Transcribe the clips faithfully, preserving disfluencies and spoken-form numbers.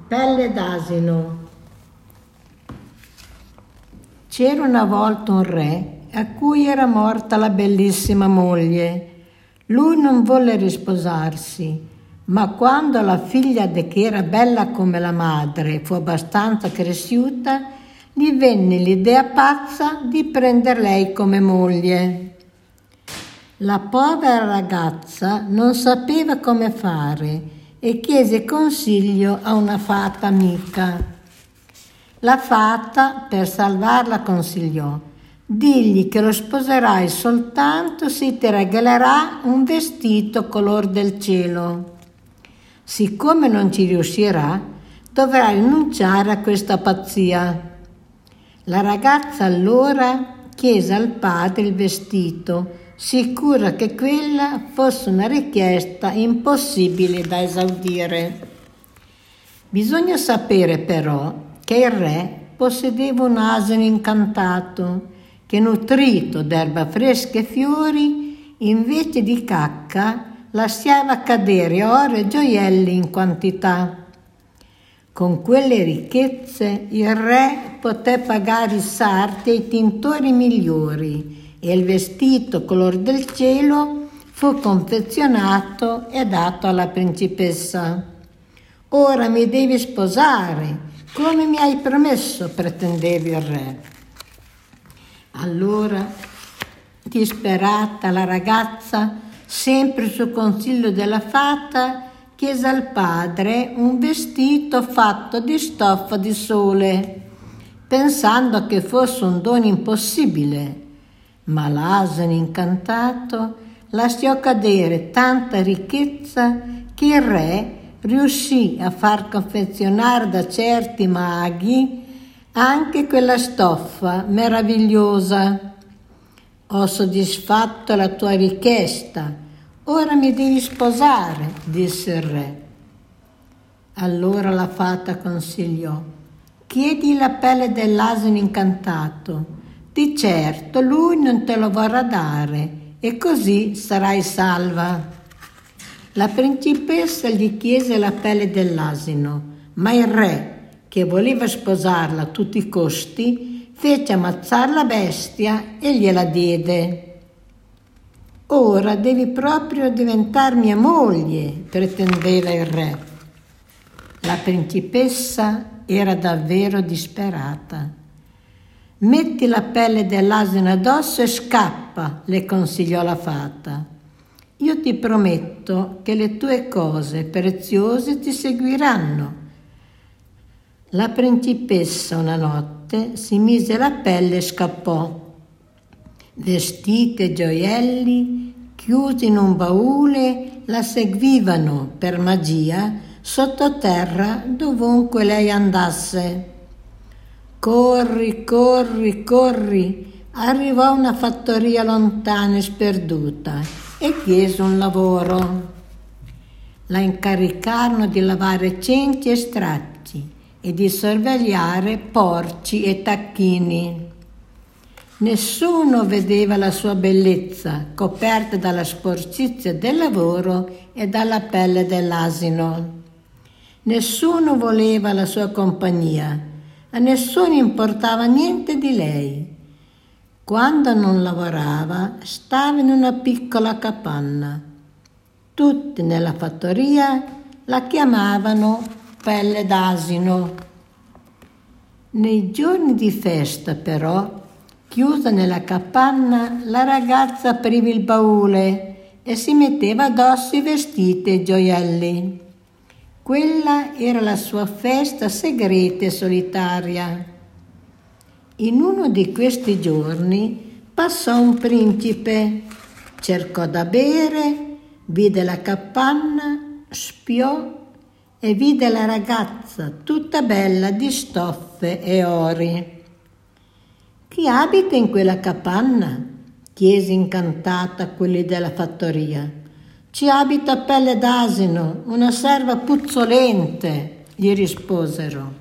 Pelle d'asino. C'era una volta un re a cui era morta la bellissima moglie. Lui non volle risposarsi, ma quando la figlia, che era bella come la madre, fu abbastanza cresciuta, gli venne l'idea pazza di prender lei come moglie. La povera ragazza non sapeva come fare e chiese consiglio a una fata amica. La fata, per salvarla, consigliò: digli che lo sposerai soltanto se ti regalerà un vestito color del cielo. Siccome non ci riuscirà, dovrai rinunciare a questa pazzia. La ragazza allora chiese al padre il vestito, sicura che quella fosse una richiesta impossibile da esaudire. Bisogna sapere però che il re possedeva un asino incantato che, nutrito d'erba fresca e fiori, invece di cacca lasciava cadere oro e gioielli in quantità. Con quelle ricchezze il re poté pagare i sarti e i tintori migliori e il vestito color del cielo fu confezionato e dato alla principessa. Ora mi devi sposare, come mi hai promesso, pretendeva il re. Allora, disperata, la ragazza, sempre sul consiglio della fata, chiese al padre un vestito fatto di stoffa di sole, pensando che fosse un dono impossibile. Ma l'asino incantato lasciò cadere tanta ricchezza che il re riuscì a far confezionare da certi maghi anche quella stoffa meravigliosa. Ho soddisfatto la tua richiesta, ora mi devi sposare, disse il re. Allora la fata consigliò: chiedi la pelle dell'asino incantato. Di certo lui non te lo vorrà dare e così sarai salva. La principessa gli chiese la pelle dell'asino, ma il re, che voleva sposarla a tutti i costi, fece ammazzare la bestia e gliela diede. Ora devi proprio diventare mia moglie, pretendeva il re. La principessa era davvero disperata. Metti la pelle dell'asino addosso e scappa, le consigliò la fata. Io ti prometto che le tue cose preziose ti seguiranno. La principessa una notte si mise la pelle e scappò. Vestiti e gioielli, chiusi in un baule, la seguivano per magia sottoterra dovunque lei andasse. Corri, corri, corri, arrivò a una fattoria lontana e sperduta e chiese un lavoro. La incaricarono di lavare cenci e stracci e di sorvegliare porci e tacchini. Nessuno vedeva la sua bellezza, coperta dalla sporcizia del lavoro e dalla pelle dell'asino. Nessuno voleva la sua compagnia. A nessuno importava niente di lei. Quando non lavorava, stava in una piccola capanna. Tutti nella fattoria la chiamavano pelle d'asino. Nei giorni di festa, però, chiusa nella capanna, la ragazza apriva il baule e si metteva addosso i vestiti e i gioielli. Quella era la sua festa segreta e solitaria. In uno di questi giorni passò un principe, cercò da bere, vide la capanna, spiò e vide la ragazza tutta bella di stoffe e ori. Chi abita in quella capanna? Chiese incantata quelli della fattoria. Ci abita Pelle d'Asino, una serva puzzolente, gli risposero.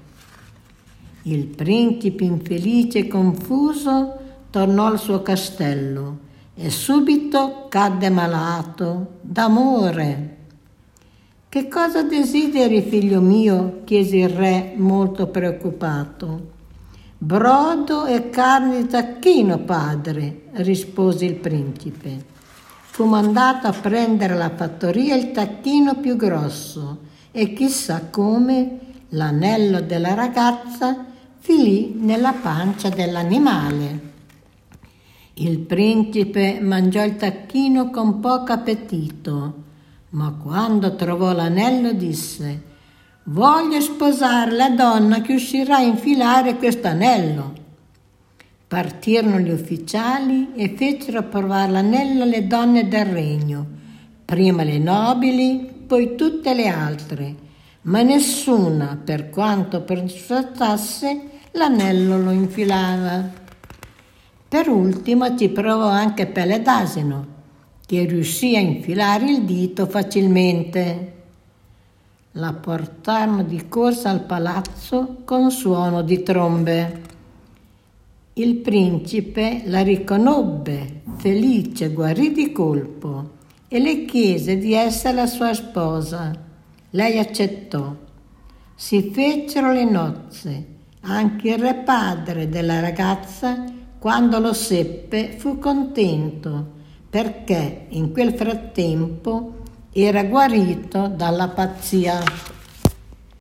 Il principe, infelice e confuso, tornò al suo castello e subito cadde malato d'amore. «Che cosa desideri, figlio mio?» chiese il re molto preoccupato. «Brodo e carne di tacchino, padre», rispose il principe. Fu mandato a prendere alla fattoria il tacchino più grosso e chissà come l'anello della ragazza finì nella pancia dell'animale. Il principe mangiò il tacchino con poco appetito, ma quando trovò l'anello disse: «Voglio sposare la donna che uscirà a infilare questo anello». Partirono gli ufficiali e fecero provare l'anello alle donne del regno, prima le nobili, poi tutte le altre, ma nessuna, per quanto persuadasse, l'anello lo infilava. Per ultimo ci provò anche Pelle d'Asino, che riuscì a infilare il dito facilmente. La portarono di corsa al palazzo con suono di trombe. Il principe la riconobbe, felice, guarì di colpo e le chiese di essere la sua sposa. Lei accettò. Si fecero le nozze. Anche il re padre della ragazza, quando lo seppe, fu contento, perché in quel frattempo era guarito dalla pazzia.